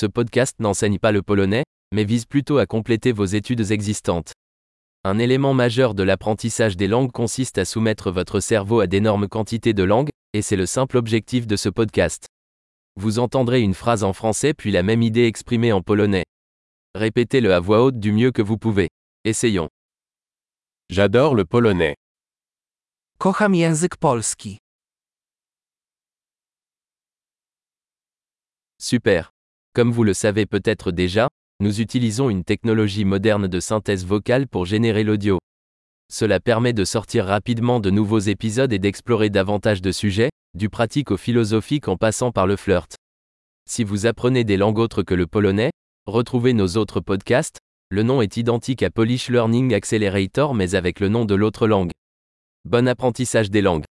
Ce podcast n'enseigne pas le polonais, mais vise plutôt à compléter vos études existantes. Un élément majeur de l'apprentissage des langues consiste à soumettre votre cerveau à d'énormes quantités de langues, et c'est le simple objectif de ce podcast. Vous entendrez une phrase en français puis la même idée exprimée en polonais. Répétez-le à voix haute du mieux que vous pouvez. Essayons. J'adore le polonais. Kocham język polski. Super. Comme vous le savez peut-être déjà, nous utilisons une technologie moderne de synthèse vocale pour générer l'audio. Cela permet de sortir rapidement de nouveaux épisodes et d'explorer davantage de sujets, du pratique au philosophique en passant par le flirt. Si vous apprenez des langues autres que le polonais, retrouvez nos autres podcasts. Le nom est identique à Polish Learning Accelerator mais avec le nom de l'autre langue. Bon apprentissage des langues.